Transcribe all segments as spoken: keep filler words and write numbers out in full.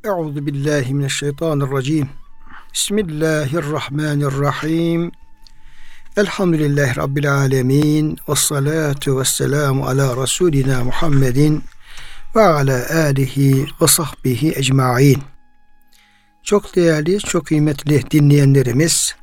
Euzu billahi mineşşeytanirracim. Bismillahirrahmanirrahim. Elhamdülillahi Rabbil alemin. Vessalatu vesselamu ala Resulina Muhammedin ve ala alihi ve sahbihi ecmaîn. Çok değerli, çok kıymetli dinleyenlerimiz,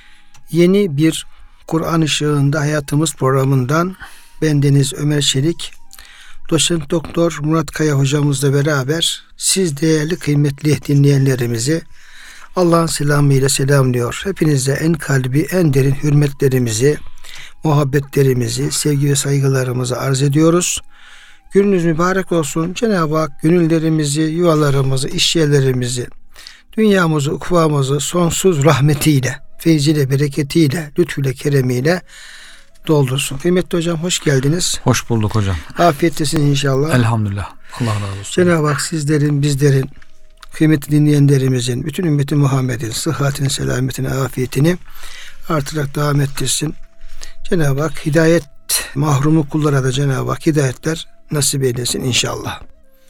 yeni bir Kur'an Işığında Hayatımız programından bendeniz Ömer Çelik, Doçent Doktor Murat Kaya hocamızla beraber siz değerli kıymetli dinleyenlerimizi Allah'ın selamıyla selamlıyor. Hepinize en kalbi, en derin hürmetlerimizi, muhabbetlerimizi, sevgi ve saygılarımızı arz ediyoruz. Gününüz mübarek olsun. Cenab-ı Hak gönüllerimizi, yuvalarımızı, işyerlerimizi, dünyamızı, ukvamızı sonsuz rahmetiyle, feyziyle, bereketiyle, lütfüyle, keremiyle doldursun. Kıymetli hocam, hoş geldiniz. Hoş bulduk hocam. Afiyettesin inşallah. Elhamdülillah. Allah razı olsun. Cenab-ı Hak sizlerin, bizlerin, kıymetli dinleyenlerimizin, bütün ümmeti Muhammed'in sıhhatini, selametini, afiyetini artırarak devam ettirsin. Cenab-ı Hak hidayet mahrumu kullara da Cenab-ı Hak hidayetler nasip eylesin inşallah.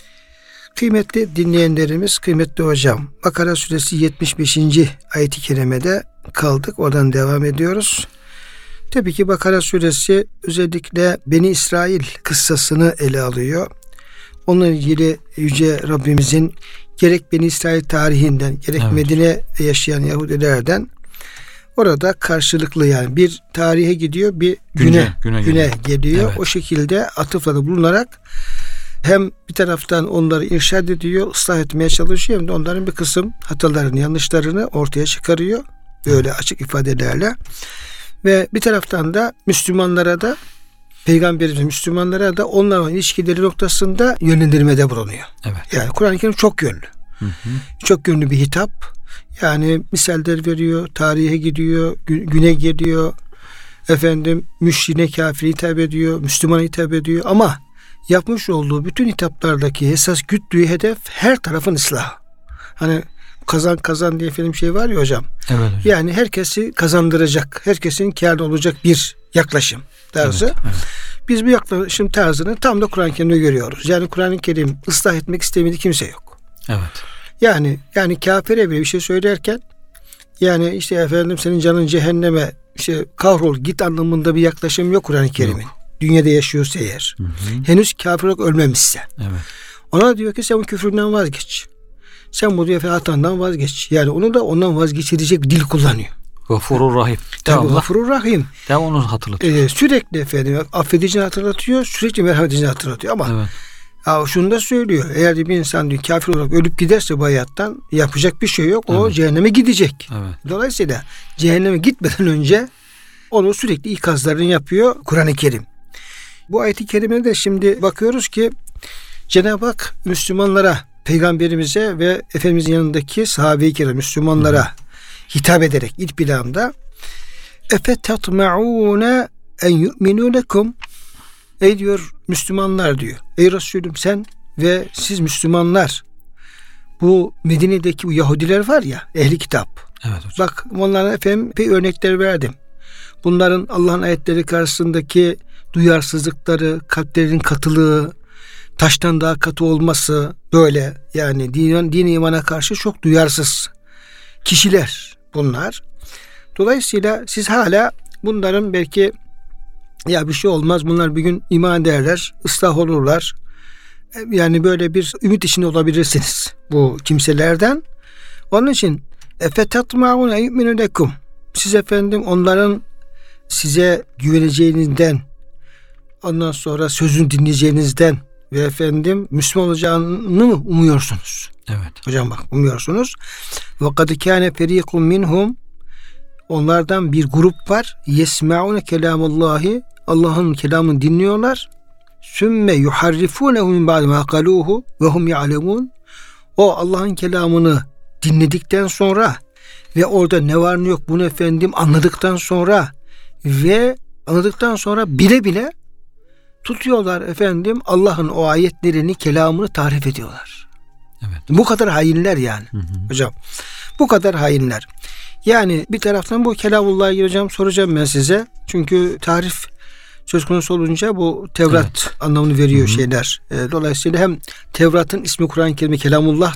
Kıymetli dinleyenlerimiz, kıymetli hocam, Bakara suresi yetmiş beşinci ayet-i kerimede kaldık. Oradan devam ediyoruz. Tabii ki Bakara suresi özellikle Beni İsrail kıssasını ele alıyor. Onunla ilgili Yüce Rabbimizin gerek Beni İsrail tarihinden, gerek evet. Medine'de yaşayan Yahudilerden orada karşılıklı, yani bir tarihe gidiyor, bir güne güne, güne, güne geliyor. Evet. O şekilde atıflarda bulunarak hem bir taraftan onları irşad ediyor, ıslah etmeye çalışıyor, hem de onların bir kısım hatalarını, yanlışlarını ortaya çıkarıyor. Böyle evet. açık ifadelerle. Ve bir taraftan da Müslümanlara da, Peygamberimiz Müslümanlara da onlarla ilişkileri noktasında yönlendirmede bulunuyor. Evet. Yani Kur'an-ı Kerim çok yönlü. Hı hı. Çok yönlü bir hitap. Yani misaller veriyor, tarihe gidiyor, güne geliyor. Efendim müşrine, kafire hitap ediyor, Müslümana hitap ediyor. Ama yapmış olduğu bütün hitaplardaki esas güttüğü hedef her tarafın ıslahı. Hani kazan kazan diye film şey var ya hocam. Evet hocam. Yani herkesi kazandıracak, herkesin kârda olacak bir yaklaşım tarzı. Evet, evet. Biz bu yaklaşım tarzını tam da Kur'an-ı Kerim'de görüyoruz. Yani Kur'an-ı Kerim ıslah etmek istemediği kimse yok. Evet. Yani yani kafire bile bir şey söylerken, yani işte efendim senin canın cehenneme, işte kahrol git anlamında bir yaklaşım yok Kur'an-ı Kerim'in. Yok. Dünyada yaşıyorsa eğer. Hı hı. Henüz kafir olarak ölmemişse. Evet. Ona diyor ki sen bu küfründen vazgeç. Sen bu diyor hatandan vazgeç. Yani onu da ondan vazgeçirecek bir dil kullanıyor. Gafurur Rahim. Tabii Gafurur Rahim. Tam onu hatırlatıyor. Ee, sürekli efendim affedicini hatırlatıyor, sürekli merhametini hatırlatıyor ama evet. ya şunu da söylüyor. Eğer bir insan diyor kafir olarak ölüp giderse bu hayattan yapacak bir şey yok. O evet. cehenneme gidecek. Evet. Dolayısıyla cehenneme gitmeden önce onu sürekli ikazlarını yapıyor Kur'an-ı Kerim. Bu ayet-i kerimede de şimdi bakıyoruz ki Cenab-ı Hak Müslümanlara, Peygamberimize ve Efendimizin yanındaki sahabe-i kiram Müslümanlara Hı. hitap ederek ilk planda efetatma'une en yu'minu lekum, ey diyor Müslümanlar diyor. Ey Resulüm sen ve siz Müslümanlar, bu Medine'deki bu Yahudiler var ya, ehli kitap. Evet hocam. Bak onlara efendim bir örnekler verdim. Bunların Allah'ın ayetleri karşısındaki duyarsızlıkları, kalplerinin katılığı, taştan daha katı olması, böyle yani din, din imana karşı çok duyarsız kişiler bunlar. Dolayısıyla siz hala bunların belki ya bir şey olmaz, bunlar bir gün iman ederler, ıslah olurlar. Yani böyle bir ümit içinde olabilirsiniz bu kimselerden. Onun için efetatma'un eyyuminu lekum, siz efendim onların size güveneceğinizden, ondan sonra sözünü dinleyeceğinizden ve efendim Müslüman olacağını mı umuyorsunuz? Evet. Hocam bak, umuyorsunuz. Ve kad kâne ferîkun minhum, onlardan bir grup var. Yesma'une kelâmullâhi, Allah'ın kelamını dinliyorlar. Sümme yuharrifûnehu min ba'di mâ kalûhu ve hum ya'lemûn. O Allah'ın kelamını dinledikten sonra ve orada ne var ne yok bunu efendim anladıktan sonra ve anladıktan sonra bile bile tutuyorlar efendim Allah'ın o ayetlerini, kelamını tahrif ediyorlar. Evet. Bu kadar hainler yani. Hı hı. Hocam bu kadar hainler. Yani bir taraftan bu kelamullah'a gireceğim, soracağım ben size. Çünkü tahrif söz konusu olunca bu Tevrat evet. anlamını veriyor Hı-hı. şeyler. E, dolayısıyla hem Tevrat'ın ismi Kur'an-ı Kerim'de Kelamullah'tır.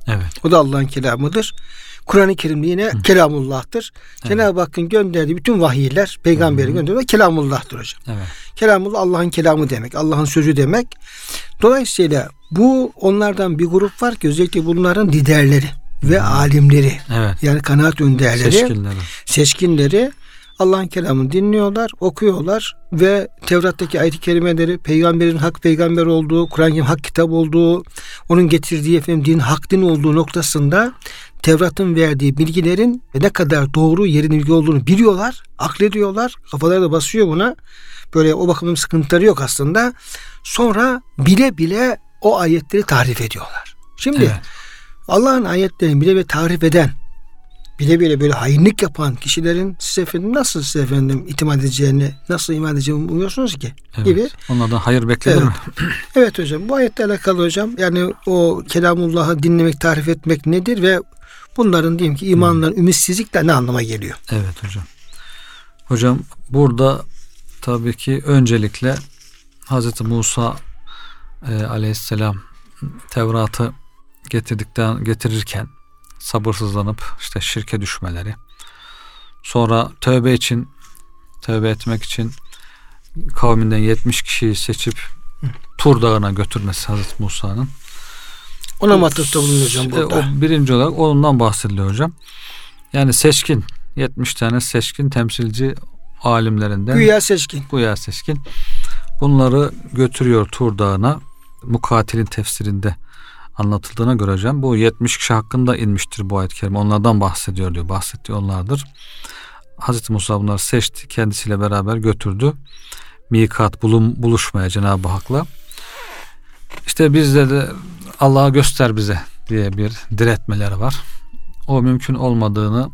Evet. O da Allah'ın kelamıdır. Kur'an-ı Kerim yine Hı. kelamullah'tır. Evet. Cenab-ı Hakk'ın gönderdiği bütün vahiyler, peygamberin gönderdiği kelamullah'tır hocam. Evet. Kelamullah Allah'ın kelamı demek, Allah'ın sözü demek. Dolayısıyla bu onlardan bir grup var ki özellikle bunların liderleri ve Hı. alimleri. Evet. Yani kanaat önderleri, seçkinleri. seçkinleri Allah'ın kelamını dinliyorlar, okuyorlar ve Tevrat'taki ayet-i kerimeleri, peygamberin hak peygamber olduğu, Kur'an-ı Kerim hak kitap olduğu, onun getirdiği efendim din hak din olduğu noktasında Tevrat'ın verdiği bilgilerin ne kadar doğru yerin bilgi olduğunu biliyorlar, aklediyorlar, kafaları da basıyor buna. Böyle o bakımdan sıkıntıları yok aslında. Sonra bile bile o ayetleri tahrif ediyorlar. Şimdi evet. Allah'ın ayetlerini bile bile tahrif eden, bile bile böyle hainlik yapan kişilerin size efendim nasıl size efendim itimat edeceğini, nasıl iman edeceğini umuyorsunuz ki? Evet. Gibi. Onlardan hayır beklenir evet. mi? Evet hocam. Bu ayetle alakalı hocam. Yani o kelamullah'ı dinlemek, tarif etmek nedir ve bunların diyeyim ki imanla hmm. ümitsizlikle ne anlama geliyor? Evet hocam. Hocam burada tabii ki öncelikle Hazreti Musa e, aleyhisselam Tevrat'ı getirdikten getirirken sabırsızlanıp işte şirke düşmeleri, sonra tövbe için tövbe etmek için kavminden yetmiş kişiyi seçip Tur Dağı'na götürmesi Hazreti Musa'nın. Ona mı atıfta bulunuyor hocam burada? O birinci olarak ondan bahsediliyor hocam. Yani seçkin, yetmiş tane seçkin temsilci alimlerinden. Güya seçkin. Güya seçkin. Bunları götürüyor Tur Dağı'na. Mukatil'in tefsirinde anlatıldığına göre hocam bu yetmiş kişi hakkında inmiştir bu ayet-i kerime. Onlardan bahsediyor diyor. Bahsettiği onlardır. Hazreti Musa bunları seçti. Kendisiyle beraber götürdü. Mikat bulun, buluşmaya Cenab-ı Hak'la. İşte bizde de Allah'a göster bize diye bir diretmeleri var. O mümkün olmadığını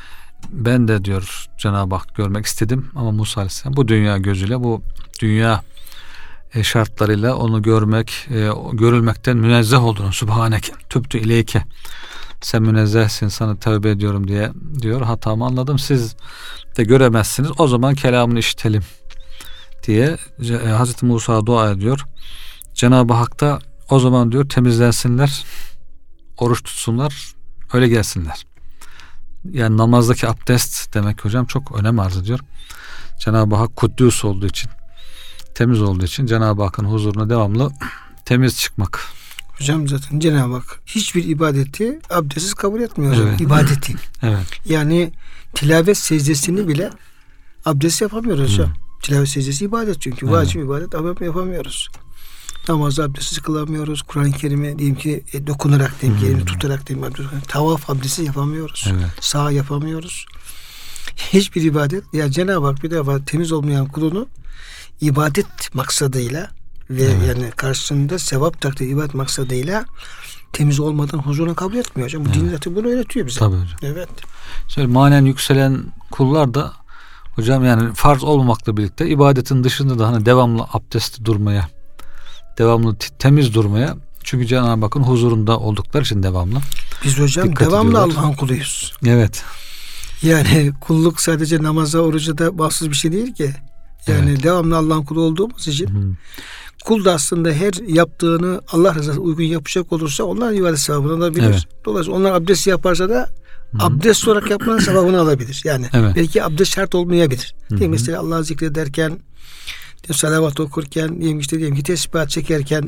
ben de diyor Cenab-ı Hak görmek istedim ama Musa Aleyhisselam bu dünya gözüyle, bu dünya şartlarıyla onu görmek, e, görülmekten münezzeh olduğunu, Sübhaneke, tübtü ileyke, sen münezzehsin, sana tövbe ediyorum diye diyor. Hatamı anladım, siz de göremezsiniz, o zaman kelamını işitelim diye e, Hazreti Musa dua ediyor. Cenab-ı Hak da o zaman diyor temizlensinler, oruç tutsunlar, öyle gelsinler. Yani namazdaki abdest demek hocam çok önem arz ediyor. Cenab-ı Hak kuddüs olduğu için, temiz olduğu için Cenab-ı Hakk'ın huzuruna devamlı temiz çıkmak. Hocam zaten Cenab-ı Hak hiçbir ibadeti abdestsiz kabul etmiyor hocam. Evet. İbadeti. Evet. Yani tilavet secdesini bile abdest yapamıyoruz hocam. Hmm. Tilavet secdesi ibadet çünkü. Evet. Vacip ibadet ama yapamıyoruz. Namazı abdestsiz kılamıyoruz. Kur'an-ı Kerim'e diyelim ki e, dokunarak diyelim ki elini tutarak diyelim abdest. Tavaf abdesti yapamıyoruz. Evet. Sağ yapamıyoruz. Hiçbir ibadet. Ya Cenab-ı Hak bir defa temiz olmayan kulunu ibadet maksadıyla ve evet. yani karşısında sevap takdir ibadet maksadıyla temiz olmadan huzuruna kabul etmiyor hocam. Bu evet. din zaten bunu öğretiyor bize. Tabii hocam. Evet. Şöyle manen yükselen kullar da hocam yani farz olmamakla birlikte ibadetin dışında da hani devamlı abdest durmaya, devamlı temiz durmaya, çünkü Cenab-ı Hakk'ın huzurunda oldukları için devamlı. Biz hocam dikkat devamlı Allah'ın kuluyuz. Evet. Yani kulluk sadece namaza, oruca da bağımsız bir şey değil ki. Yani evet. devamlı Allah'ın kulu olduğumuz için Hı. kul da aslında her yaptığını Allah rızasına uygun yapacak olursa onlar ibadet sevabını alabilir. Evet. Dolayısıyla onlar abdest yaparsa da Hı. abdest olarak yapmanın sevabını alabilir. Yani evet. belki abdest şart olmayabilir. Diyelim mesela Allah'ı zikrederken, salavat okurken, diyelim işte diyelim ki tesbihat çekerken,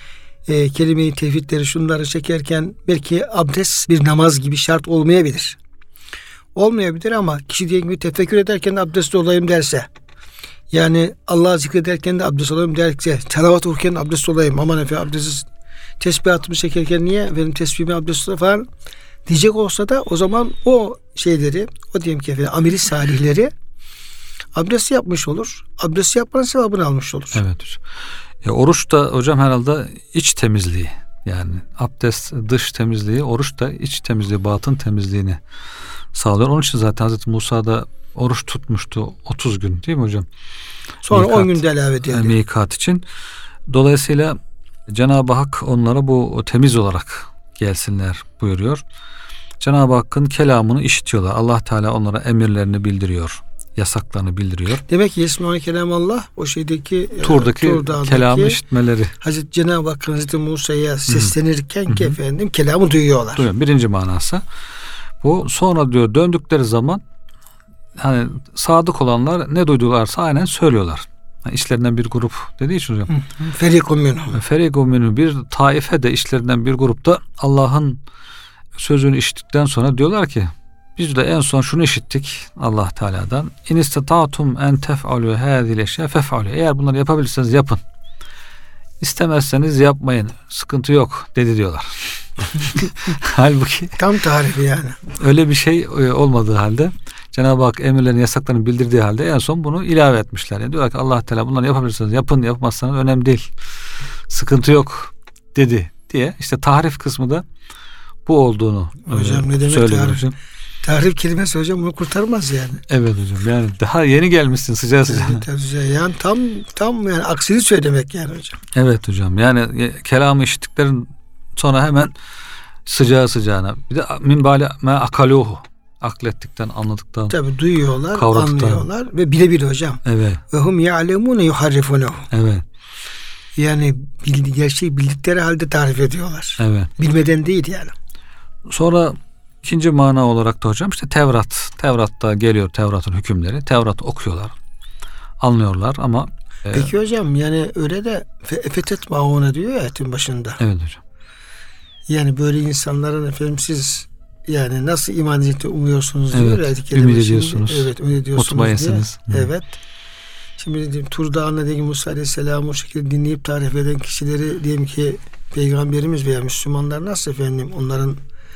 e, kelime-i tevhidleri şunları çekerken belki abdest bir namaz gibi şart olmayabilir. Olmayabilir ama kişi diyelim ki tefekkür ederken abdestli olayım derse, yani Allah'ı zikrederken de abdest olayım derse, salavat okurken abdest olayım, aman efendim abdestsiz tesbihatımı çekerken niye benim tesbihimi abdestsiz falan diyecek olsa da o zaman o şeyleri, o diyelim ki efendim ameli salihleri abdest yapmış olur. Abdest yapmanın sevabını almış olur. Evet hocam. Ya oruç da hocam herhalde iç temizliği, yani abdest dış temizliği, oruç da iç temizliği, batın temizliğini sağlıyor. Onun için zaten Hazreti Musa da oruç tutmuştu otuz gün, değil mi hocam? Sonra mikat, on gün de ilave edildi. Mikat için. Dolayısıyla Cenab-ı Hak onlara bu temiz olarak gelsinler buyuruyor. Cenab-ı Hakk'ın kelamını işitiyorlar. Allah Teala onlara emirlerini bildiriyor. yasaklarını bildiriyor. Demek ki Yesmâ Kelamallah o şeydeki Tur'daki e, kelamı işitmeleri. Hazreti Cenab-ı Hakk'ın Hazreti Musa'ya seslenirken Hı-hı. ki efendim kelamı duyuyorlar. Duyuyor. Birinci manası. Bu sonra diyor döndükleri zaman hani sadık olanlar ne duydularsa aynen söylüyorlar. Yani işlerinden bir grup dediği için hocam. Ferikun minhum. Ferikun minhum bir taife de işlerinden bir grupta Allah'ın sözünü işittikten sonra diyorlar ki biz de en son şunu işittik Allah Teala'dan. İn istata'tum en tef'alu hâzîl eşyâ fef'alû. Eğer bunları yapabilirseniz yapın. İstemezseniz yapmayın. Sıkıntı yok dedi diyorlar. Halbuki tam tarifi yani. Öyle bir şey olmadığı halde Cenab-ı Hak emirlerini yasaklarını bildirdiği halde en son bunu ilave etmişler. Yani diyorlar ki Allah Teala bunları yapabilirsiniz yapın, yapmazsanız önemli değil. Sıkıntı yok dedi diye. İşte tahrif kısmı da bu olduğunu hocam ne demek söylüyor tahrif? Hocam. Tahrif kelimesi hocam bunu kurtarmaz yani. Evet hocam. Yani daha yeni gelmişsin sıcağı sıcağı. Evet, yani tam tam yani aksini söylemek yani hocam. Evet hocam. Yani kelamı işittiklerin sonra hemen sıcağı sıcağına. Bir de min bâle me akaluhu. Aklettikten, anladıktan. Tabii duyuyorlar, kavradıktan. Anlıyorlar ve bile bile hocam. Evet. Ve hum ya'lemûne yuharrifunehu. Evet. Yani bildi, gerçeği bildikleri halde tarif ediyorlar. Evet. Bilmeden değil yani. Sonra ikinci mana olarak da hocam işte Tevrat. Tevrat'ta geliyor Tevrat'ın hükümleri. Tevrat'ı okuyorlar. Anlıyorlar ama Peki e, hocam yani öyle de fetet mauna diyor ya ayetin başında. Evet hocam. Yani böyle insanların efendim siz yani nasıl iman edecekte umuyorsunuz evet, diyor ayet-i kerime. Ümit ediyorsunuz. Evet, ümit ediyorsunuz mutmainsiniz. diye. Evet. Şimdi dedim, Tur Dağı'nda diyelim Musa Aleyhisselam'ı o şekilde dinleyip tarif eden kişileri diyelim ki Peygamberimiz veya Müslümanlar nasıl efendim onların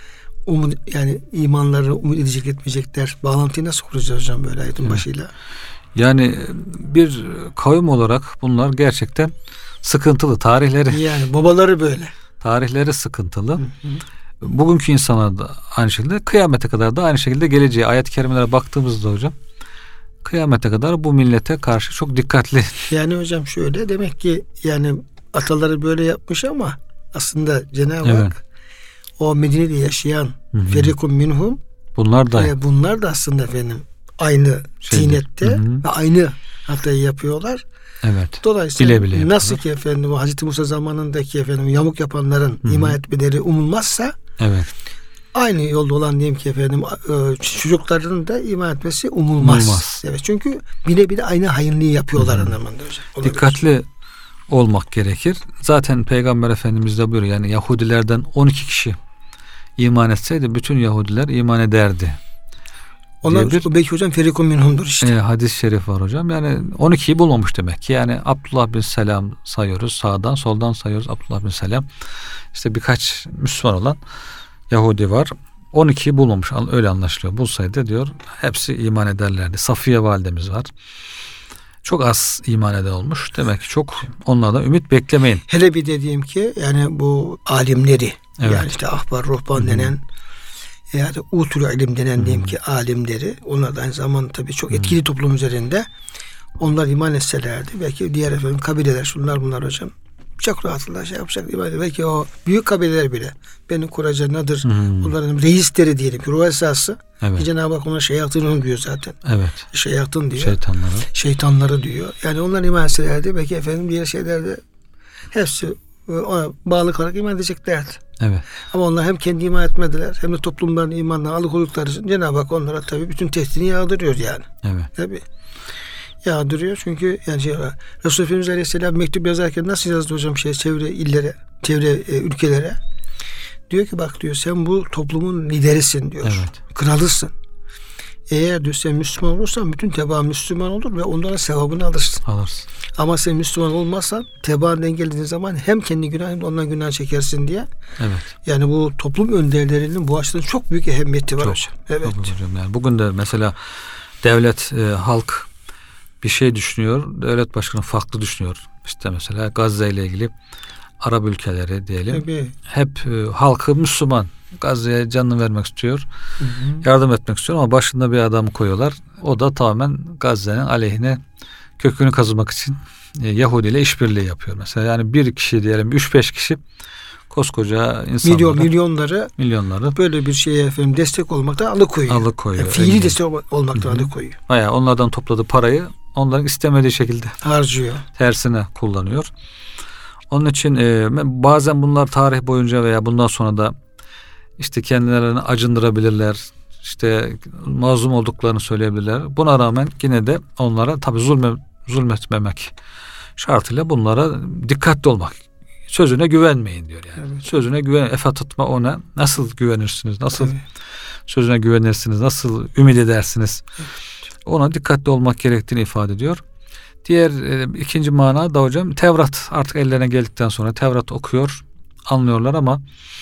umut yani imanları umut edecek etmeyecekler. Bağlantıyı nasıl kuracağız hocam böyle ayetin evet. başıyla? Yani bir kavim olarak bunlar gerçekten sıkıntılı tarihleri. Yani babaları böyle. Tarihleri sıkıntılı. Hı hı. Bugünkü insanlar da aynı şekilde kıyamete kadar da aynı şekilde geleceği ayet-i kerimelere baktığımızda hocam kıyamete kadar bu millete karşı çok dikkatli. Yani hocam şöyle demek ki yani ataları böyle yapmış ama aslında Cenab-ı evet. Hak o Medine'de yaşayan ferikun minhum bunlar da e, bunlar da aslında efendim aynı tinette ve aynı hatayı yapıyorlar. Evet. Dolayısıyla bile bile nasıl ki efendim o Hazreti Musa zamanındaki efendim yamuk yapanların Hı-hı. iman etmeleri umulmazsa evet. aynı yolda olan diyelim ki efendim çocuklarının da iman etmesi umulmaz. umulmaz. Evet. Çünkü bile bile aynı hayırlıyı yapıyorlar anlamında hocam. Dikkatli olmak gerekir. Zaten Peygamber Efendimiz de buyuruyor. Yani Yahudilerden on iki kişi iman etseydi bütün Yahudiler iman ederdi. Onlar bir, belki hocam ferikun minhumdur işte. E, hadis-i şerif var hocam. Yani on ikiyi bulmamış demek ki. Yani Abdullah bin Selam sayıyoruz. Sağdan soldan sayıyoruz. Abdullah bin Selam. İşte birkaç Müslüman olan Yahudi var. on ikiyi bulmamış. Öyle anlaşılıyor. Bulsaydı diyor hepsi iman ederlerdi. Safiye validemiz var. Çok az iman eden olmuş. Demek ki çok onlardan ümit beklemeyin. Hele bir de diyeyim ki yani bu alimleri evet. yani işte ahbar, ruhban denen yani utul ilim denen hmm. diyeyim ki alimleri onlar da aynı zamanda tabii çok etkili hmm. toplum üzerinde onlar iman etselerdi belki diğer efendim kabileler şunlar bunlar hocam çok rahatlıkla şey yapacak iman eder. Belki o büyük kabileler bile benim kuracağı nedir hmm. onların reisleri diyelim ki ruh esası evet. Cenab-ı Hak ona şeyatın diyor zaten. Evet. Şeyatın diyor. Şeytanları. Şeytanları diyor. Yani onlar iman etselerdi belki efendim diğer şeylerde hepsi ona bağlı kalarak iman edeceklerdi. Evet. Ama onlar hem kendi iman etmediler hem de toplumların imanından alıkoydukları için Cenab-ı Hak onlara tabii bütün tehditini yağdırıyor yani. Evet. Tabii. Yağdırıyor çünkü yani şey, Resulü Efendimiz Aleyhisselam mektup yazarken nasıl yazdı hocam şey çevre illere, çevre e, ülkelere diyor ki bak diyor sen bu toplumun liderisin diyor. Evet. Kralısın. Eğer diyor sen Müslüman olursan bütün tebaa Müslüman olur ve onların sevabını alırsın. Alırsın. Ama sen Müslüman olmazsan tebaanı engellediğin zaman hem kendi günah hem de ondan günah çekersin diye. Evet. Yani bu toplum önderlerinin bu açıdan çok büyük ehemmiyeti var çok, hocam. Evet. Çok hocam. Yani bugün de mesela devlet, e, halk bir şey düşünüyor. Devlet başkanı farklı düşünüyor. İşte mesela Gazze ile ilgili Arap ülkeleri diyelim. Tabii. Hep e, halkı Müslüman. Gazze'ye canını vermek istiyor. Hı hı. Yardım etmek istiyor ama başında bir adamı koyuyorlar. O da tamamen Gazze'nin aleyhine kökünü kazımak için e, Yahudi ile işbirliği yapıyor. Mesela yani bir kişi diyelim üç beş kişi koskoca insanları, Milyon, milyonları milyonları böyle bir şeye efendim destek olmaktan alıkoyuyor. Alıkoyuyor. Yani fiili destek olmaktan Hı-hı. alıkoyuyor. Bayağı onlardan topladığı parayı onların istemediği şekilde harcıyor. Tersine kullanıyor. Onun için e, bazen bunlar tarih boyunca veya bundan sonra da işte kendilerini acındırabilirler. İşte mazlum olduklarını söyleyebilirler. Buna rağmen yine de onlara tabii zulme, zulmetmemek şartıyla bunlara dikkatli olmak. Sözüne güvenmeyin diyor yani. Evet. Sözüne güven, efe tutma ona. Nasıl güvenirsiniz? Nasıl evet. sözüne güvenirsiniz? Nasıl ümit edersiniz? Evet. Ona dikkatli olmak gerektiğini ifade ediyor. Diğer e, ikinci mana da hocam Tevrat artık ellerine geldikten sonra Tevrat okuyor, anlıyorlar ama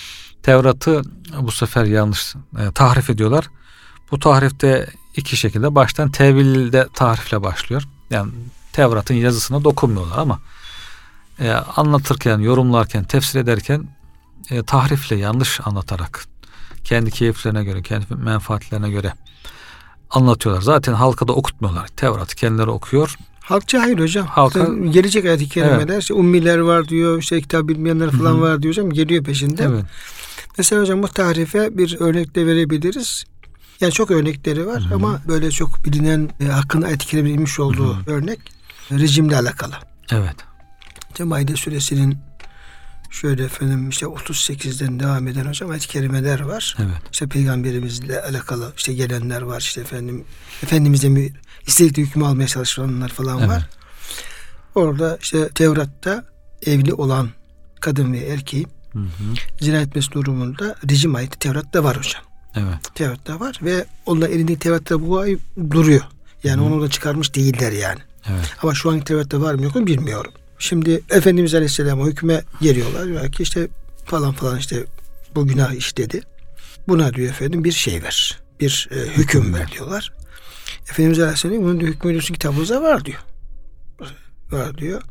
Tevrat'ı bu sefer yanlış e, tahrif ediyorlar. Bu tahrifte iki şekilde baştan tevilde tahrifle başlıyor. Yani Tevrat'ın yazısına dokunmuyorlar ama e, anlatırken, yorumlarken, tefsir ederken e, tahrifle yanlış anlatarak kendi keyiflerine göre, kendi menfaatlerine göre anlatıyorlar. Zaten halka da okutmuyorlar. Tevrat'ı kendileri okuyor. Halkça hayır hocam. Halka, gelecek ayet-i kerimeler, evet. işte ummiler var diyor, işte kitap bilmeyenler falan Hı-hı. var diyor hocam. Geliyor peşinde. Evet. Mesela hocam bu tahrife bir örnek de verebiliriz. Yani çok örnekleri var Hı-hı. ama böyle çok bilinen e, hakkında ayet-i kerime bilmiş olduğu Hı-hı. örnek rejimle alakalı. Evet. İşte Maide suresinin şöyle efendim işte otuz sekizden devam eden hocam ayet-i kerimeler var. Evet. İşte peygamberimizle alakalı işte gelenler var, işte efendim Efendimiz'e bir istedikleri hükmü almaya çalışanlar falan evet. var. Orada işte Tevrat'ta evli olan kadın ve erkeğin hı hı. zina etmesi durumunda rejim ayeti Tevrat'ta var hocam. Evet. Tevrat'ta var ve onlar elindeki Tevrat'ta bu ay duruyor. Yani hı. onu da çıkarmış değiller yani. Evet. Ama şu anki Tevrat'ta var mı yok mu bilmiyorum. Şimdi Efendimiz Aleyhisselam'a hükme geliyorlar. Diyor ki işte falan falan işte bu günah işledi. Buna diyor efendim bir şey ver. Bir e, hüküm, hüküm ver diyorlar. Efendimiz Aleyhisselam bunun diyor, hükmü diyorsun kitabınızda var diyor. Var diyor.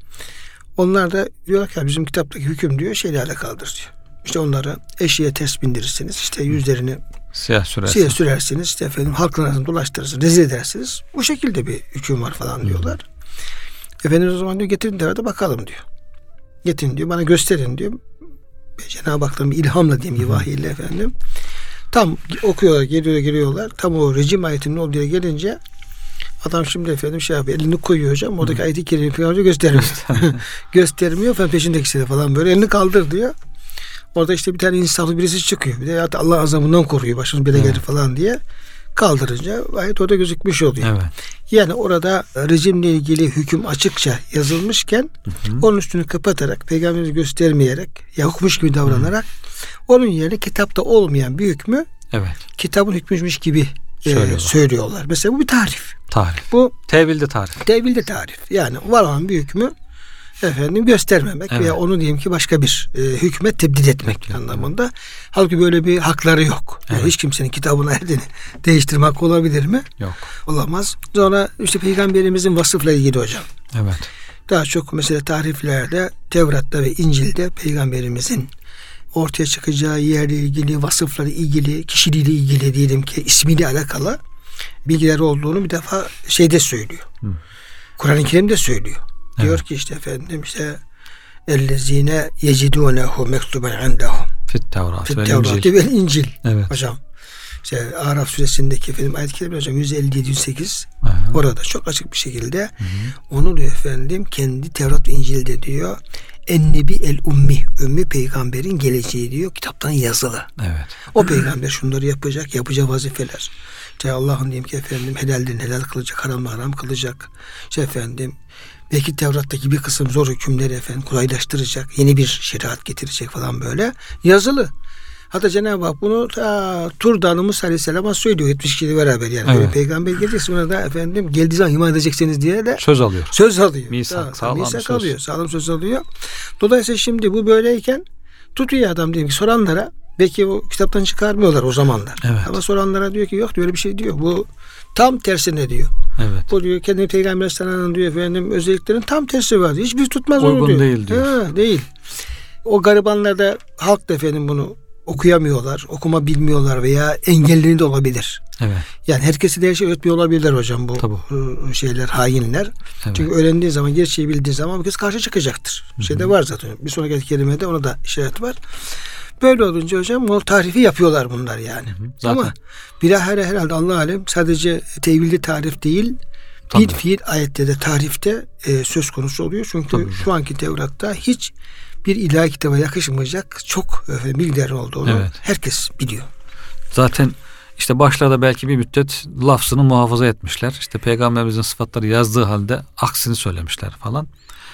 Onlar da diyorlar ki bizim kitaptaki hüküm diyor şeyle alakalıdır diyor. İşte onları eşeğe ters bindirirsiniz. İşte yüzlerini siyah sürersiniz. Siyah sürersiniz. İşte efendim halkın arasında dolaştırırsınız. Rezil edersiniz. Bu şekilde bir hüküm var falan diyorlar. Hı. Efendimiz o zaman diyor getirin Tevrat'a bakalım diyor. Getirin diyor. Bana gösterin diyor. Cenab-ı Hak'tan bir ilhamla diyeyim ki vahiyle efendim. Tam okuyorlar, geliyorlar, geliyorlar. Tam o rejim ayetinin olduğu yere gelince adam şimdi efendim şey yapıyor. Elini koyuyor hocam. Oradaki ayeti kerimeyi peygamber göstermiyor. Göstermiyor. Falan peşindekisi falan böyle elini kaldır diyor. Orada işte bir tane insaflı birisi çıkıyor. Bir de Allah azabından koruyor. Başımız bile gelir falan diye. Kaldırınca ayet orada gözükmüş oluyor. Evet. Yani orada rejimle ilgili hüküm açıkça yazılmışken hı hı. onun üstünü kapatarak, peygamberimizi göstermeyerek, yokmuş gibi davranarak hı. onun yerine kitapta olmayan bir hükmü evet. kitabın hükmüymüş gibi söylüyorlar. E, söylüyorlar. Mesela bu bir tarif. Tarif. Bu tevilde tarif. Tevilde tarif. Yani var olan bir hükmü efendim göstermemek evet. veya onu diyelim ki başka bir e, hükme tebdil etmek evet. anlamında. Evet. Halbuki böyle bir hakları yok. Yani evet. hiç kimsenin kitabını erdini değiştirme hakkı olabilir mi? Yok. Olamaz. Sonra işte peygamberimizin vasıfla ilgili hocam. Evet. Daha çok mesela tariflerde Tevrat'ta ve İncil'de peygamberimizin ortaya çıkacağı yerle ilgili, vasıfları ilgili, kişiliğiyle ilgili diyelim ki ismiyle alakalı bilgiler olduğunu bir defa şeyde söylüyor. Hı. Kur'an-ı Kerim'de söylüyor. Evet. Diyor ki işte efendim işte ellezine yecidûnehu mektuben indahum fit Tevrat ve İncil. Ve İncil. Evet. Hocam işte Araf suresindeki efendim ayet-i kerime hocam yüz elli yedi yüz sekiz Aha. orada çok açık bir şekilde Hı-hı. onu diyor efendim kendi Tevrat ve İncil'de diyor ennebi el ummi ümmi peygamberin geleceği diyor kitaptan yazılı. Evet. O peygamber şunları yapacak, yapacağı vazifeler. İşte Allah'ın diyeyim ki efendim helalden helal kılacak, haram haram kılacak. İşte efendim belki Tevrat'taki bir kısım zor hükümleri efendim kolaylaştıracak, yeni bir şeriat getirecek falan böyle yazılı. Hatta Cenab-ı Hak bunu ta Tur Dağı Musa Aleyhisselam'a söylüyor yetmiş kişiyle beraber yani. Evet. Peygamber gelecek sonra da efendim geldiği zaman iman edeceksiniz diye de söz alıyor. Söz alıyor. Misak, sağlam misak söz. alıyor. Sağlam söz alıyor. Dolayısıyla şimdi bu böyleyken tutuyor adam diyelim ki soranlara belki o kitaptan çıkarmıyorlar o zamanlar. Evet. Ama soranlara diyor ki yok diyor öyle bir şey diyor. Bu tam tersine diyor. Evet. Bu diyor kendi Peygamber Aleyhisselam'ın diyor efendim özelliklerin tam tersi var. Hiçbir tutmaz uygun onu diyor. Değil diyor. Ha, değil. O garibanlarda halk da efendim bunu okuyamıyorlar, okuma bilmiyorlar veya engelli de olabilir. Evet. Yani herkesi de her şey öğretmiyor olabilirler hocam bu Tabii. şeyler, hainler. Evet. Çünkü öğrendiği zaman, gerçeği bildiği zaman bu kez karşı çıkacaktır. Hı-hı. Şeyde var zaten. Bir sonraki kelimede ona da işaret var. Böyle olunca hocam o tarifi yapıyorlar bunlar yani. Zaten. Ama bilahare herhalde Allah alem sadece tevilde tarif değil, bir fiil ayette de tarifte e, söz konusu oluyor. Çünkü Tabii. şu anki Tevrat'ta hiç bir ilahi kitaba yakışmayacak çok efendim, bilgilerin olduğunu evet. herkes biliyor. Zaten işte başlarda belki bir müddet lafzını muhafaza etmişler. İşte Peygamberimizin sıfatları yazdığı halde aksini söylemişler falan.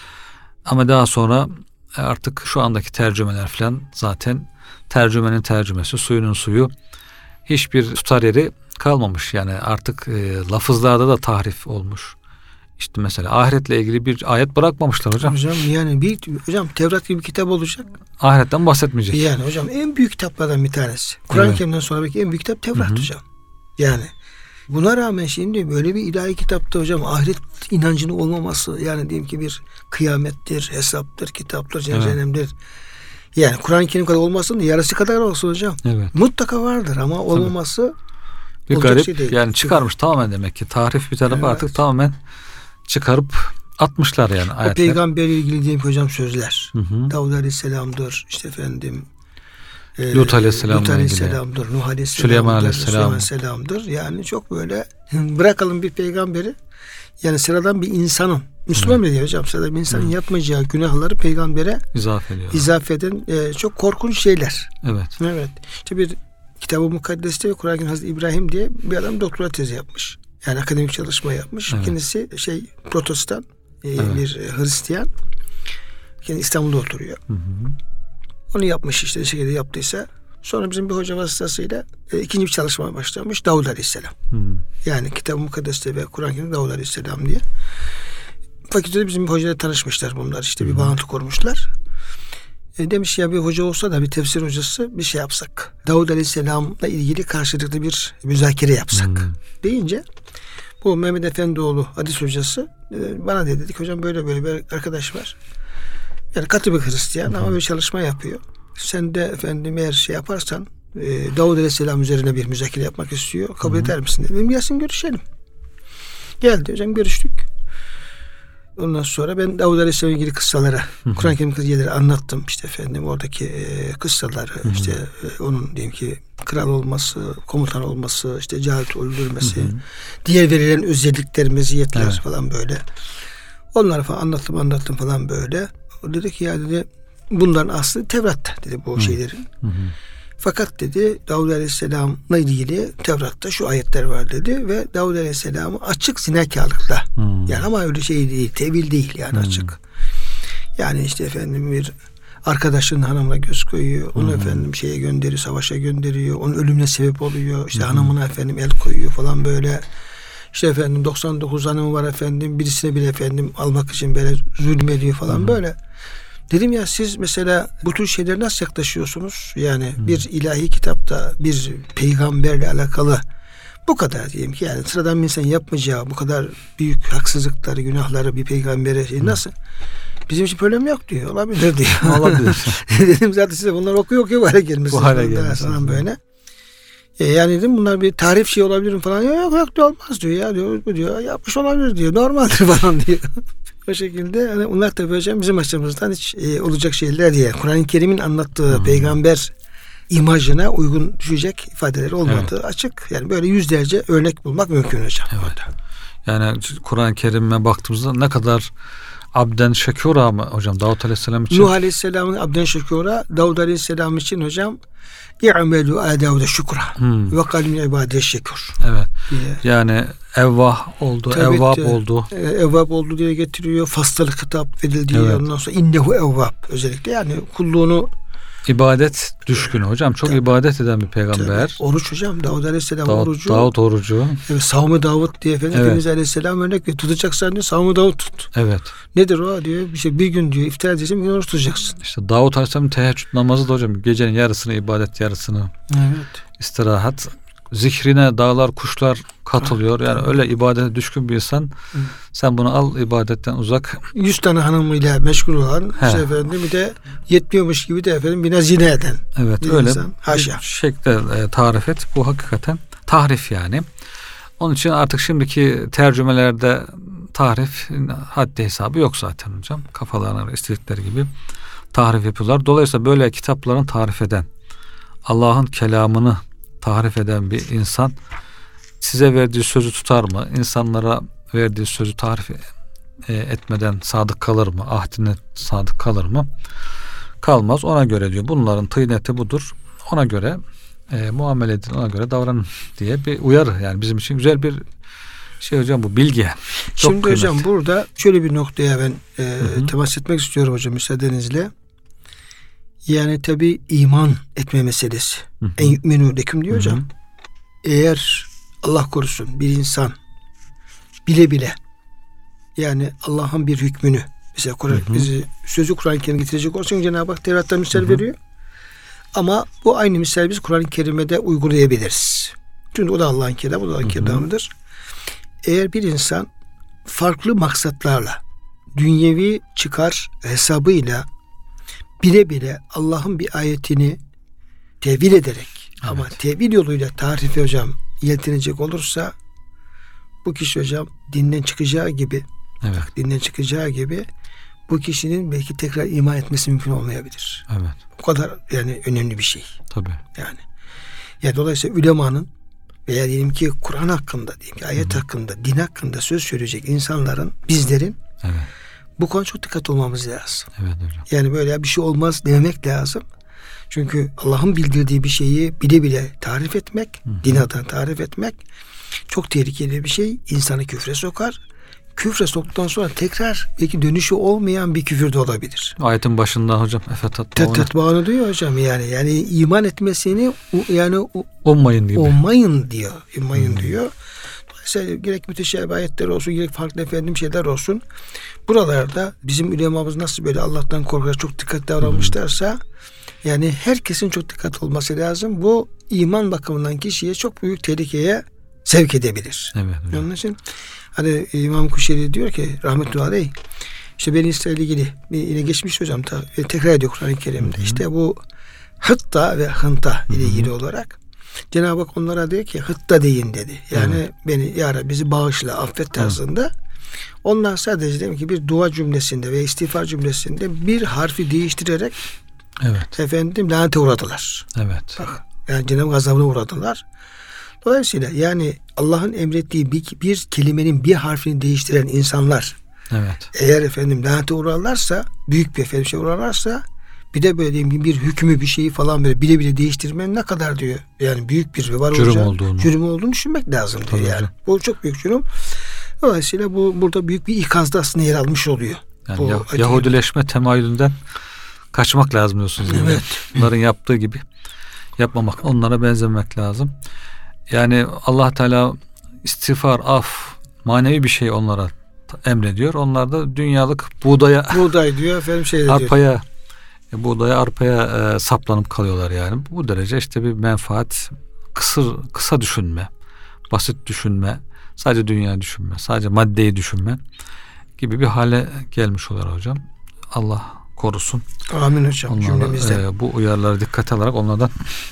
Ama daha sonra artık şu andaki tercümeler falan zaten tercümenin tercümesi, suyunun suyu, hiçbir tutar yeri kalmamış. Yani artık e, lafızlarda da tahrif olmuş. İşte mesela ahiretle ilgili bir ayet bırakmamışlar hocam. Hocam yani bir hocam Tevrat gibi bir kitap olacak. Ahiretten bahsetmeyecek. Yani hocam en büyük kitaplardan bir tanesi. Kur'an-ı evet. Kerim'den sonra belki en büyük kitap Tevrat Hı-hı. hocam. Yani buna rağmen şimdi böyle bir ilahi kitapta hocam ahiret inancının olmaması, yani diyelim ki bir kıyamettir, hesaptır, kitaptır, cehennemdir. Evet. Yani Kur'an-ı Kerim kadar olmasın da yarısı kadar olsun hocam. Evet. Mutlaka vardır ama olmaması bir garip şey değil. Yani çıkarmış tamamen demek ki. Tahrif bir tarafı evet. artık tamamen çıkarıp atmışlar yani ayetler. O peygamberle ilgili diyeyim hocam sözler. Hı hı. Davud Aleyhisselam'dır. İşte efendim e, Lut Aleyhisselam'dır. Lut Aleyhisselam'dır. Nuh Aleyhisselam'dır. Süleyman Aleyhisselam. Aleyhisselam'dır. Yani çok böyle bırakalım bir peygamberi. Yani sıradan bir insanın, Müslüman mı diyor hocam? Sıradan bir insanın Hı. yapmayacağı günahları peygambere izafe ediyor. İzafe eden e, çok korkunç şeyler. Evet. Evet. İşte bir Kitab-ı Mukaddes'te ve Kur'an-ı Hazreti İbrahim diye bir adam doktora tezi yapmış. Yani akademik çalışma yapmış. Evet. Kendisi şey Protestan, e, evet. bir Hristiyan. Kendi İstanbul'da oturuyor. Hı hı. Onu yapmış işte, şekilde yaptıysa. Sonra bizim bir hoca vasıtasıyla e, ikinci bir çalışmaya başlamış. Davud Aleyhisselam. Hı. Yani Kitab-ı Mukaddes'te ve Kur'an-ı Kerim'de Davud Aleyhisselam diye. Fakültede bizim bir hocayla tanışmışlar bunlar. İşte bir Hı. bağlantı kurmuşlar. E, demiş ya bir hoca olsa da bir tefsir hocası bir şey yapsak. Davud Aleyhisselam'la ilgili karşılıklı bir müzakere yapsak. Hı. Deyince bu Mehmet Efendioğlu hadis hocası e, bana dedi, dedik hocam böyle böyle bir arkadaş var. Yani katı bir Hristiyan Hı. ama bir çalışma yapıyor. Sen de efendim eğer şey yaparsan e, Davud Aleyhisselam üzerine bir müzakere yapmak istiyor. Kabul Hı. eder misin dedim. Gelsin görüşelim. Geldi hocam, görüştük. Ondan sonra ben Davud Aleyhisselam'la ilgili kıssaları, Kur'an-ı Kerim kıssaları anlattım. İşte efendim oradaki e, kıssaları, Hı-hı. işte e, onun diyelim ki kral olması, komutan olması, işte Calut öldürmesi, Hı-hı. diğer verilen özellikler, meziyetler evet. falan böyle. Onları falan anlattım, anlattım falan böyle. O dedi ki ya dedi bunların aslı Tevrat'ta dedi bu Hı-hı. şeylerin. Hı-hı. Fakat dedi Davud Aleyhisselam'la ilgili Tevrat'ta şu ayetler var dedi ve Davud Aleyhisselam'ı açık zinakarlıkla hmm. yani ama öyle şey değil, tevil değil yani hmm. açık. Yani işte efendim bir arkadaşının hanımına göz koyuyor, onu hmm. efendim şeye gönderiyor, savaşa gönderiyor, onun ölümüne sebep oluyor, işte hmm. hanımına efendim el koyuyor falan böyle. İşte efendim doksan dokuz hanımı var efendim, birisine bile efendim almak için böyle zulmediyor falan hmm. böyle. Dedim ya siz mesela bu tür şeylere nasıl yaklaşıyorsunuz? Yani hmm. bir ilahi kitapta bir peygamberle alakalı bu kadar diyelim ki yani sıradan bir insan yapmayacağı bu kadar büyük haksızlıkları, günahları bir peygambere şey nasıl? Bizim için problem yok diyor. Olabilir diyor. Olabilir. Dedim zaten size bunlar okuyor okuyor bu hale gelmişsiniz. Bu hale gelmişsiniz. Böyle. E yani dedim bunlar bir tarif şey olabilir mi falan. Yok yok diyor, olmaz diyor ya diyor. Bu diyor yapmış olabilir diyor. Normaldir falan diyor. O şekilde yani onlar tabii hocam bizim açımızdan hiç e, olacak şeyler değil. Kur'an-ı Kerim'in anlattığı hmm. peygamber imajına uygun düşecek ifadeleri olmadığı evet. açık. Yani böyle yüzlerce örnek bulmak mümkün hocam. Evet. Orada. Yani Kur'an-ı Kerim'e baktığımızda ne kadar abden şekura mı hocam Davud Aleyhisselam için? Nuh Aleyhisselam'ın abden şekura, Davud Aleyhisselam için hocam İ'melu ala Davud'a şükra hmm. ve kalmin ibadete şekur. Evet. Diye. Yani evvah oldu, tabii evvab de, oldu. E, evvab oldu diye getiriyor. Fassalı hitap edildiği evet. ondan sonra innehu evvab özellikle yani kulluğunu İbadet düşkünü hocam. Çok tabii. ibadet eden bir peygamber. Tabii. Oruç hocam. Davud Aleyhisselam Davud, orucu. Davud orucu. Evet, Savm-ı Davud diye Efendimiz evet. Aleyhisselam örnek veriyor. Tutacaksan diyor Savm-ı Davud tut. Evet. Nedir o diyor. Bir şey bir gün diyor iftar edeceksin, bir gün oruç tutacaksın. İşte Davud Aleyhisselam'ın teheccüd namazı da hocam. Gecenin yarısını ibadet, yarısını evet. istirahat. zikrine dağlar, kuşlar katılıyor. Yani öyle ibadete düşkün bir insan. Hı. Sen bunu al, ibadetten uzak. Yüz tane hanımıyla meşgul olan işte efendim, bir de yetmiyormuş gibi de efendim bir zina eden. Evet, bir öyle insan. Haşa. Bir şekilde e, tarif et. Bu hakikaten tahrif yani. Onun için artık şimdiki tercümelerde tahrif haddi hesabı yok zaten hocam. Kafalarına istedikleri gibi tahrif yapıyorlar. Dolayısıyla böyle kitapların tarif eden, Allah'ın kelamını tarif eden bir insan size verdiği sözü tutar mı? İnsanlara verdiği sözü tarif etmeden sadık kalır mı? Ahdine sadık kalır mı? Kalmaz. Ona göre diyor. Bunların tıyneti budur. Ona göre e, muamele edin, ona göre davranın diye bir uyarı. Yani bizim için güzel bir şey hocam, bu bilgi. Çok Şimdi kıymetli. Hocam burada şöyle bir noktaya ben e, temas etmek istiyorum hocam müsaadenizle. Yani tabi iman etme meselesi. Hı hı. En yu'minu leküm diyor hocam. Hı hı. Eğer Allah korusun bir insan bile bile yani Allah'ın bir hükmünü mesela Kur'an bizi sözü Kur'an-ı Kerim getirecek olsun, Cenab-ı Hak Tevrat'ta misal hı hı. veriyor. Ama bu aynı misal biz Kur'an-ı Kerim'de uygulayabiliriz. Çünkü o da Allah'ın kelamı, o da Allah'ın kelamıdır. Eğer bir insan farklı maksatlarla dünyevi çıkar hesabıyla bile bile Allah'ın bir ayetini tevil ederek evet. ama tevil yoluyla tarifi hocam yeltenecek olursa bu kişi hocam dinden çıkacağı gibi evet. dinden çıkacağı gibi bu kişinin belki tekrar iman etmesi mümkün olmayabilir. Evet. O kadar yani önemli bir şey. Tabii. Yani. Ya dolayısıyla ulemanın veya diyelim ki Kur'an hakkında, diyelim ki ayet Hı-hı. hakkında, din hakkında söz söyleyecek insanların, bizlerin evet. bu konuda çok dikkat olmamız lazım. Evet hocam. Yani böyle bir şey olmaz dememek lazım. Çünkü Allah'ın bildirdiği bir şeyi bile bile tarif etmek, Hı-hı. din adına tarif etmek çok tehlikeli bir şey. İnsanı küfre sokar. Küfre soktuktan sonra tekrar belki dönüşü olmayan bir küfür de olabilir. Ayetin başında hocam Tettetbağını diyor hocam yani. Yani iman etmesini yani ummayın gibi. Ummayın diyor. Ummayın hmm. diyor. Dolayısıyla gerek müteşabih ayetler olsun, gerek farklı efendim şeyler olsun. Buralarda bizim ulemamız nasıl böyle Allah'tan korkarak çok dikkatli davranmışlarsa hmm. yani herkesin çok dikkatli olması lazım. Bu iman bakımından kişiye çok büyük tehlikeye sevk edebilir. Evet. evet. Onun için hani İmam Kuşeyri diyor ki rahmetullahi aleyh, işte Beni İsrail ile ilgili yine geçmiş hocam ta, tekrar ediyor Kur'an-ı Kerim'de. Hı hı. İşte bu hıtta ve hınta ile ilgili olarak Cenab-ı Hak onlara diyor ki hıtta deyin dedi. Yani evet. beni ya Rabbi bizi bağışla, affet tarzında. Evet. Onlar sadece demek ki bir dua cümlesinde ve istiğfar cümlesinde bir harfi değiştirerek evet. efendim lanete uğradılar. Evet. Bak, yani Cenab-ı gazabına uğradılar. Dolayısıyla yani Allah'ın emrettiği bir, bir kelimenin bir harfini değiştiren insanlar evet. eğer efendim lanete uğrarlarsa, büyük bir efendim şey uğrarlarsa, bir de böyle diyeyim bir hükmü bir şeyi falan böyle bile bile değiştirmenin ne kadar diyor yani büyük bir var cürüm olacağı, olduğunu cürüm olduğunu düşünmek lazım diyor yani. Hocam. Bu çok büyük cürüm. Dolayısıyla bu burada büyük bir ikazda aslında yer almış oluyor. Yani bu, Yah- Yahudileşme temayülünden kaçmak lazım diyorsunuz. Evet. Yani. Bunların yaptığı gibi yapmamak, onlara benzemek lazım. Yani Allah Teala istiğfar, af, manevi bir şey onlara emrediyor. Onlar da dünyalık buğdaya, buğday diyor efendim şey diyor. Arpaya, buğdaya, arpaya e, saplanıp kalıyorlar yani. Bu derece işte bir menfaat, kısır, kısa düşünme, basit düşünme, sadece dünya düşünme, sadece maddeyi düşünme gibi bir hale gelmiş oluyor hocam. Allah korusun. Amin hocam. Onlara, e, bu uyarılara dikkat alarak onlardan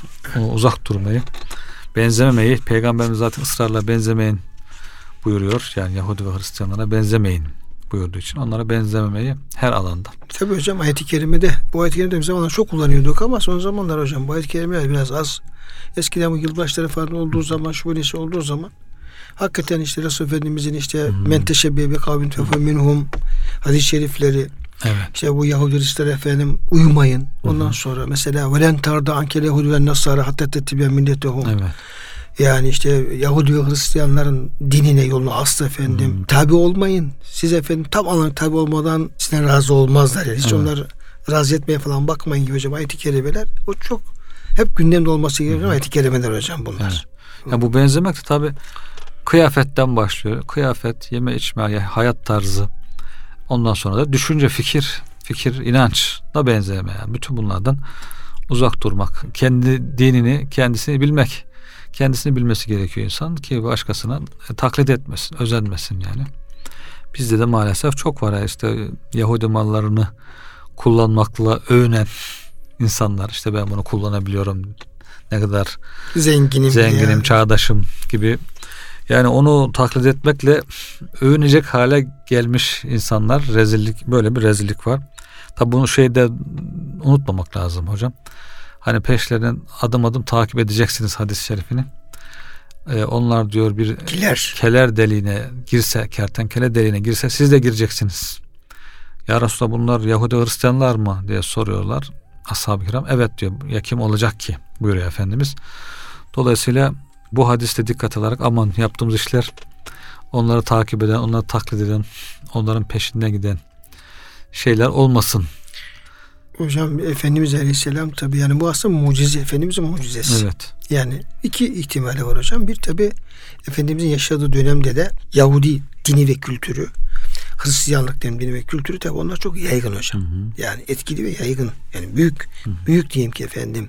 uzak durmayı, benzememeyi, Peygamberimiz zaten ısrarla benzemeyin buyuruyor. Yani Yahudi ve Hristiyanlara benzemeyin buyurduğu için onlara benzememeyi her alanda. Tabii hocam ayet-i kerimede, bu ayet-i kerimede bir zamanlar çok kullanıyorduk ama son zamanlar hocam bu ayet-i kerimeler biraz az. Eskiden bu yılbaşları falan olduğu zaman, şu böylesi olduğu zaman hakikaten işte Resul Efendimizin işte hmm. men teşebbihe bi kavmin fe minhum hadis-i şerifleri, evet. işte bu Yahudi Hristiyan efendim uyumayın. Ondan hmm. sonra mesela velen tarda ankele Yahudi ve Nasara hatta tettibiyen milletehum. Evet. Yani işte Yahudi ve Hristiyanların dinine, yoluna asla efendim hmm. tabi olmayın. Siz efendim tam anlamda tabi olmadan sizden razı olmazlar. Yani hiç evet. onları razı etmeye falan bakmayın gibi hocam ayet-i kerimeler. O çok hep gündemde olması gereken hmm. ayet-i kerimeler hocam bunlar. Evet. Ya bu benzemek de tabi kıyafetten başlıyor. Kıyafet, yeme içme, hayat tarzı. Ondan sonra da düşünce, fikir, fikir, inançla benzeme. Yani bütün bunlardan uzak durmak. Kendi dinini, kendisini bilmek. kendisini bilmesi gerekiyor insan ki başkasına e, taklit etmesin, özenmesin yani. Bizde de maalesef çok var ya, işte Yahudi mallarını kullanmakla övünen insanlar, işte ben bunu kullanabiliyorum, ne kadar zenginim, zenginim, yani. çağdaşım gibi. Yani onu taklit etmekle övünecek hale gelmiş insanlar, rezillik, böyle bir rezillik var. Tabi bunu şeyde unutmamak lazım hocam. Hani peşlerinden adım adım takip edeceksiniz hadis-i şerifini. Ee, onlar diyor bir Kiler. keler deliğine girse, kertenkele deliğine girse siz de gireceksiniz. Ya Resulallah, bunlar Yahudi Hristiyanlar mı diye soruyorlar ashab-ı kiram. Evet diyor, ya kim olacak ki buyuruyor Efendimiz. Dolayısıyla bu hadiste dikkat alarak aman yaptığımız işler onları takip eden, onları taklit eden, onların peşinden giden şeyler olmasın. Hocam Efendimiz Aleyhisselam tabi yani bu aslında mucize, Efendimizin mucizesi. Evet. Yani iki ihtimali var hocam. Bir tabi Efendimizin yaşadığı dönemde de Yahudi dini ve kültürü, Hristiyanlık dini ve kültürü tabi onlar çok yaygın hocam. Hı hı. Yani etkili ve yaygın. Yani büyük, hı hı. büyük diyeyim ki efendim.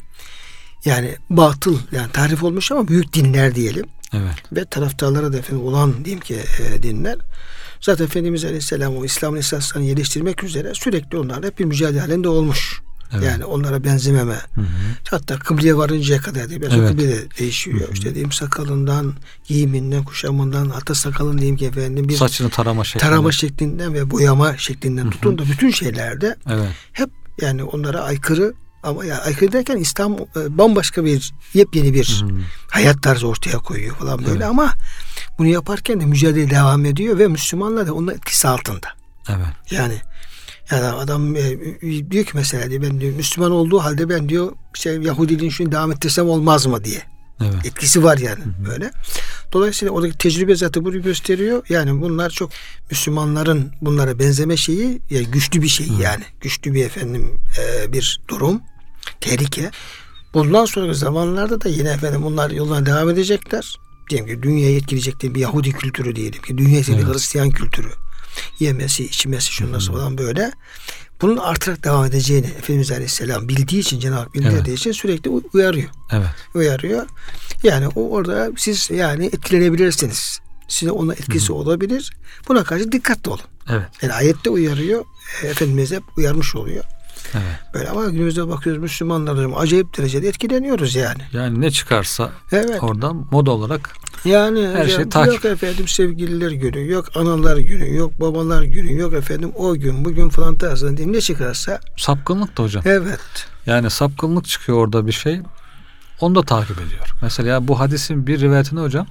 Yani batıl, yani tarif olmuş ama büyük dinler diyelim. Evet. Ve taraftarlara da efendim olan diyeyim ki e, dinler. Zaten Efendimiz Aleyhisselam o İslam'ın esaslarını geliştirmek üzere sürekli onlarla hep bir mücadele halinde olmuş. Evet. Yani onlara benzememe. Hı hı. Hatta kıbleye varıncaya kadar diye. Evet. Kıble de değişiyor. Hı hı. İşte diyeyim sakalından, giyiminden, kuşamından, hatta sakalın diyeyim ki efendim bir saçını tarama şeklinden, tarama şeklinden ve boyama şeklinden hı hı. tutun da bütün şeylerde evet. hep yani onlara aykırı. Ama ya aykırı derken İslam e, bambaşka bir yepyeni bir hmm. hayat tarzı ortaya koyuyor falan böyle, evet. Ama bunu yaparken de mücadele devam ediyor ve Müslümanlar da onun etkisi altında. Evet. Yani yani adam e, diyor ki mesela diyor, ben diyor, Müslüman olduğu halde ben diyor işte Yahudiliğin şunu devam ettirsem olmaz mı diye. Evet. Etkisi var yani hmm. böyle. Dolayısıyla oradaki tecrübe zaten bunu gösteriyor. Yani bunlar çok Müslümanların bunlara benzeme şeyi yani güçlü bir şey hmm. yani. Güçlü bir efendim e, bir durum. Tehlike. Bundan sonraki zamanlarda da yine efendim bunlar yoluna devam edecekler. Diyelim ki dünyayı etkileyecek bir Yahudi kültürü diyelim ki dünya evet. bir Hristiyan kültürü. Yemesi, içmesi, şunları falan böyle. Bunun artarak devam edeceğini Efendimiz Aleyhisselam bildiği için, Cenab-ı Hak bildiği evet. için sürekli uyarıyor. Evet. Uyarıyor. Yani o orada siz yani etkilenebilirsiniz. Size ona etkisi Hı-hı. olabilir. Buna karşı dikkatli olun. Evet. Yani ayette uyarıyor. Efendimiz hep uyarmış oluyor. Evet. Böyle ama günümüzde bakıyoruz Müslümanlar acayip derecede etkileniyoruz yani. Yani ne çıkarsa evet. oradan moda olarak yani her şey takip. Yok efendim sevgililer günü, yok analar günü, yok babalar günü, yok efendim o gün bugün falan tarzında diyeyim ne çıkarsa. Sapkınlık da hocam. Evet. Yani sapkınlık çıkıyor orada bir şey. Onu da takip ediyor. Mesela bu hadisin bir rivayetinde hocam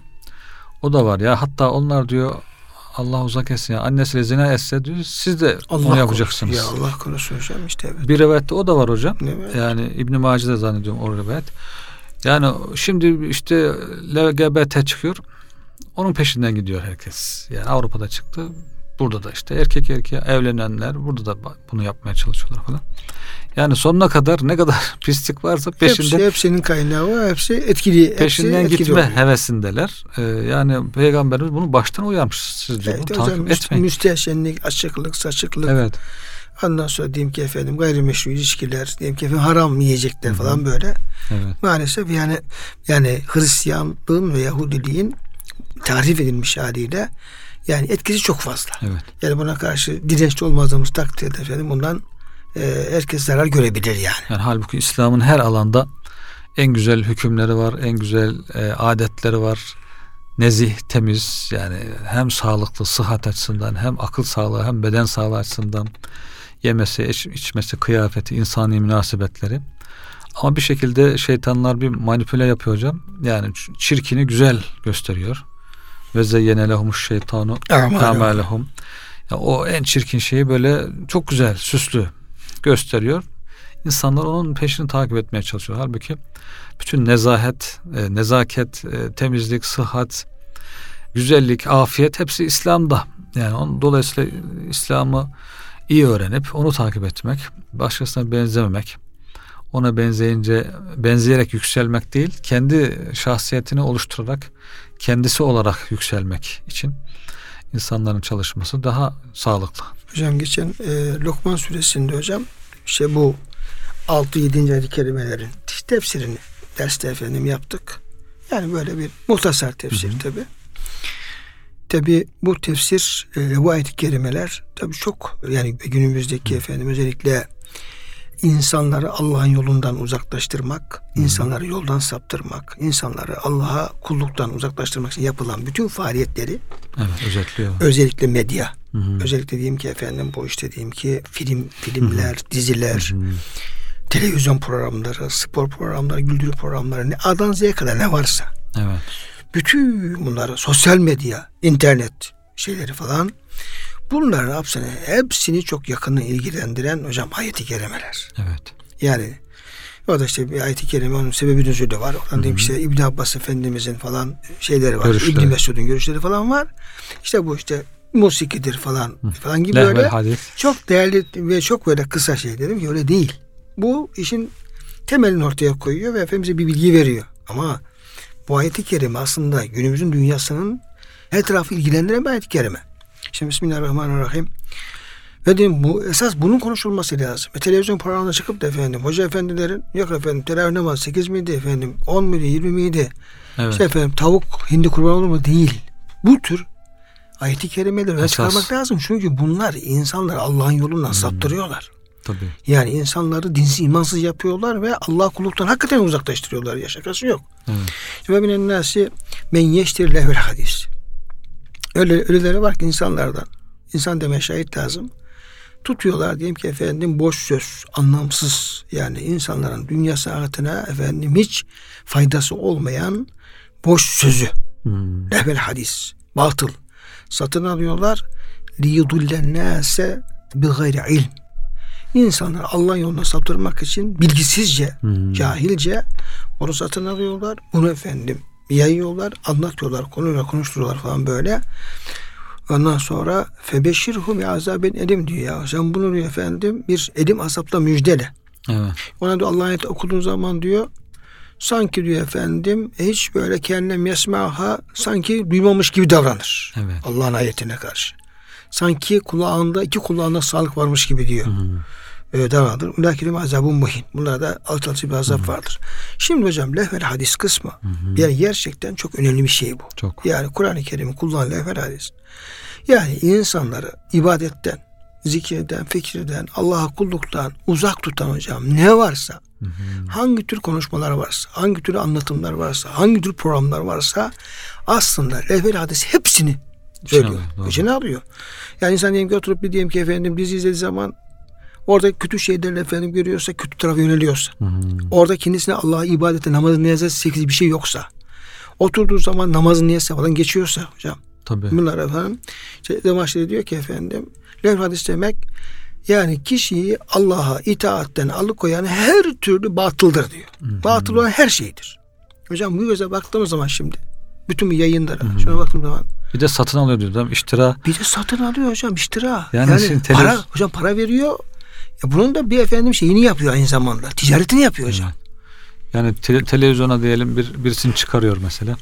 o da var ya, hatta onlar diyor Allah uzak etsin ya, annesiyle zina etse diyor siz de Allah onu yapacaksınız. Ya Allah korusun hocam işte evet. Bir rivayette o da var hocam. Evet. Yani İbn-i Mace'de zannediyorum o rivayet. Yani şimdi işte L G B T çıkıyor. Onun peşinden gidiyor herkes. Yani Avrupa'da çıktı. Burada da işte erkek erkeğe evlenenler burada da bunu yapmaya çalışıyorlar falan. Yani sonuna kadar ne kadar pislik varsa peşinden. Hepsi, hepsinin kaynağı var. Hepsi etkili. Peşinden hepsi gitme etkili hevesindeler. Ee, yani Peygamberimiz bunu baştan uyarmış. Siz diyor, evet, bunu hocam, takip etmeyin. Müstehcenlik, açıklık, saçıklık. Evet. Ondan sonra diyelim ki efendim gayrimeşru ilişkiler, diyelim ki efendim haram yiyecekler Hı-hı. falan böyle. Evet. Maalesef yani yani Hristiyanlığın ve Yahudiliğin tarif edilmiş haliyle yani etkisi çok fazla. Evet. Yani buna karşı dirençli olmadığımız takdirde efendim bundan e, herkes zarar görebilir yani. Yani halbuki İslam'ın her alanda en güzel hükümleri var, en güzel e, adetleri var. Nezih, temiz, yani hem sağlıklı, sıhhat açısından, hem akıl sağlığı, hem beden sağlığı açısından yemesi, iç, içmesi, kıyafeti, insani münasebetleri. Ama bir şekilde şeytanlar bir manipüle yapıyor hocam. Yani çirkini güzel gösteriyor. Ve zeyyene lehumuş şeytanu amalehum. O en çirkin şeyi böyle çok güzel, süslü gösteriyor. İnsanlar onun peşini takip etmeye çalışıyor. Halbuki bütün nezahet, e, nezaket, e, temizlik, sıhhat, güzellik, afiyet hepsi İslam'da. Yani onun, dolayısıyla İslam'ı iyi öğrenip onu takip etmek, başkasına benzememek, ona benzeyince benzeyerek yükselmek değil, kendi şahsiyetini oluşturarak kendisi olarak yükselmek için insanların çalışması daha sağlıklı. Hocam geçen e, Lokman suresinde hocam işte bu altı yedinci ayet-i kerimelerin tefsirini derste efendim yaptık. Yani böyle bir muhtasar tefsir tabi. Tabi bu tefsir, e, bu ayet-i kerimeler tabi çok, yani günümüzdeki Hı. efendim özellikle insanları Allah'ın yolundan uzaklaştırmak, Hı. insanları yoldan saptırmak, insanları Allah'a kulluktan uzaklaştırmak için yapılan bütün faaliyetleri, evet, özetliyor. Özellikle medya, Hı. özellikle diyeyim ki efendim bu işte diyeyim ki film, filmler, Hı. diziler, Hı. televizyon programları, spor programları, güldürü programları, ne A'dan Z'ye kadar ne varsa. Evet. Bütün bunları, sosyal medya, internet şeyleri falan, bunların hepsini, hepsini çok yakından ilgilendiren hocam ayet-i kerimeler. Evet. Yani o da işte bir ayet-i kerime, onun sebebi nüzulü var. Oradan diyeyim işte İbn Abbas Efendimizin falan şeyleri var. Görüşleri. İbn Mesud'un görüşleri falan var. İşte bu işte musikidir falan Hı. falan gibi Lehvel böyle hadis. Çok değerli ve çok böyle kısa şey, dedim ki öyle değil. Bu işin temelini ortaya koyuyor ve Efendimiz'e bir bilgi veriyor. Ama bu ayet-i kerime aslında günümüzün dünyasının her tarafı ilgilendiren bir ayet-i kerime. Şimdi Bismillahirrahmanirrahim. Ve dedim bu esas bunun konuşulması lazım. E, televizyon programına çıkıp da efendim hoca efendilerin yok efendim teravih namazı sekiz miydi efendim, on miydi, yirmi miydi? Evet. İşte efendim tavuk hindi kurban olur mu? Değil. Bu tür ayet-i kerimeleri öne çıkarmak lazım. Çünkü bunlar insanları Allah'ın yolundan hmm. saptırıyorlar. Tabii. Yani insanları dinsiz, imansız yapıyorlar ve Allah kulluktan hakikaten uzaklaştırıyorlar. Ya şakası yok. Ve minen nasi men yeştir lehvel hadis. Öyle öyleleri var ki insanlardan. İnsan demeye şahit lazım. Tutuyorlar diyelim ki efendim boş söz, anlamsız, yani insanların dünya saatine efendim hiç faydası olmayan boş sözü. Hmm. Lehvel hadis. Batıl. Satın alıyorlar. Liyudullen nase bi gayri ilm. İnsanları Allah'ın yoluna saptırmak için bilgisizce, hmm. cahilce onu satın alıyorlar. Bunu efendim yayıyorlar, anlatıyorlar, konuyla konuşturuyorlar falan böyle. Ondan sonra febeşirhum ya azaben elim diyor ya. Sen bunu diyor efendim bir elim azapla müjdele. Evet. Ona diyor Allah'ın ayeti okuduğun zaman diyor sanki diyor efendim hiç böyle kendine yesmaha, sanki duymamış gibi davranır. Evet. Allah'ın ayetine karşı. Sanki kulağında, iki kulağında sağlık varmış gibi diyor. Hmm. Ee, davranır. Ulakirim azabun muhin. Bunlarda alt alta bir azap hmm. vardır. Şimdi hocam lehvel hadis kısmı hmm. yani gerçekten çok önemli bir şey bu. Çok. Yani Kur'an-ı Kerim'in kullanılan lehvel hadis. Yani insanları ibadetten, zikirden, fikirden, Allah'a kulluktan uzak tutan hocam ne varsa, hı hı. hangi tür konuşmalar varsa, hangi tür anlatımlar varsa, hangi tür programlar varsa aslında lehvel hadis hepsini söylüyor. İçine alıyor. Yani insan diyelim ki oturup bir diyelim ki efendim dizi izlediği zaman orada kötü şeylerle efendim görüyorsa, kötü tarafa yöneliyorsa, hı hı. orada kendisine Allah'a ibadete, namazı niyazet sekiz bir şey yoksa, oturduğu zaman namazı niyazet falan geçiyorsa hocam. Tabii. Bunlar efendim işte Demeşri diyor ki efendim lehvel hadis demek yani kişiyi Allah'a itaatten alıkoyan her türlü batıldır diyor. Hı-hı. Batıl olan her şeydir. Hocam bu göze baktığımız zaman şimdi bütün bu yayınlara Hı-hı. şuna baktığım zaman bir de satın alıyor diyor değil mi? İştira. Bir de satın alıyor hocam, iştira. Yani, yani para televiz... hocam para veriyor. Ya bunun da bir efendim şeyini yapıyor aynı zamanda. Ticaretini yapıyor hocam. Yani te- televizyona diyelim bir birisini çıkarıyor mesela.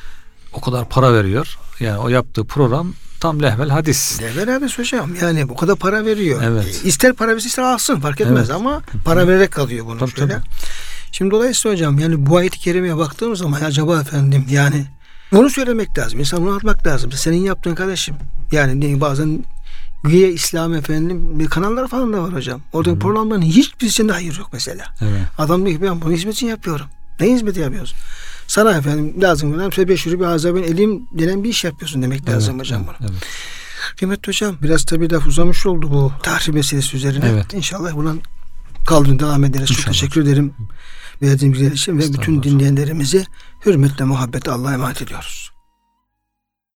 O kadar para veriyor. Yani o yaptığı program tam lehvel hadis. Lehvel hadis hocam. Yani bu kadar para veriyor. Evet. İster para versin ister alsın fark etmez evet. ama para vererek kalıyor bunu tabii, şöyle. Tabii. Şimdi dolayısıyla hocam yani bu ayet-i kerimeye baktığımız zaman acaba efendim yani bunu söylemek lazım. İnsan bunu atmak lazım. Senin yaptığın kardeşim. Yani bazen güya İslam efendim kanallar falan da var hocam. Orada programların hiçbirisinde hayır yok mesela. Evet. Adam diyor ki ben bunu hizmet için yapıyorum. Ne hizmeti yapıyorsun? Sana efendim lazım olan febeşürü bir azabın elim denen bir iş yapıyorsun demek evet, lazım hocam bunu. Evet. Kıymetli hocam biraz tabii laf uzamış oldu bu tahrip meselesi üzerine. Evet. İnşallah bundan kaldığını devam ederiz. İnşallah. Çok teşekkür ederim verdiğim bilgiler için ve bütün dinleyenlerimizi hürmetle muhabbetle Allah'a emanet ediyoruz.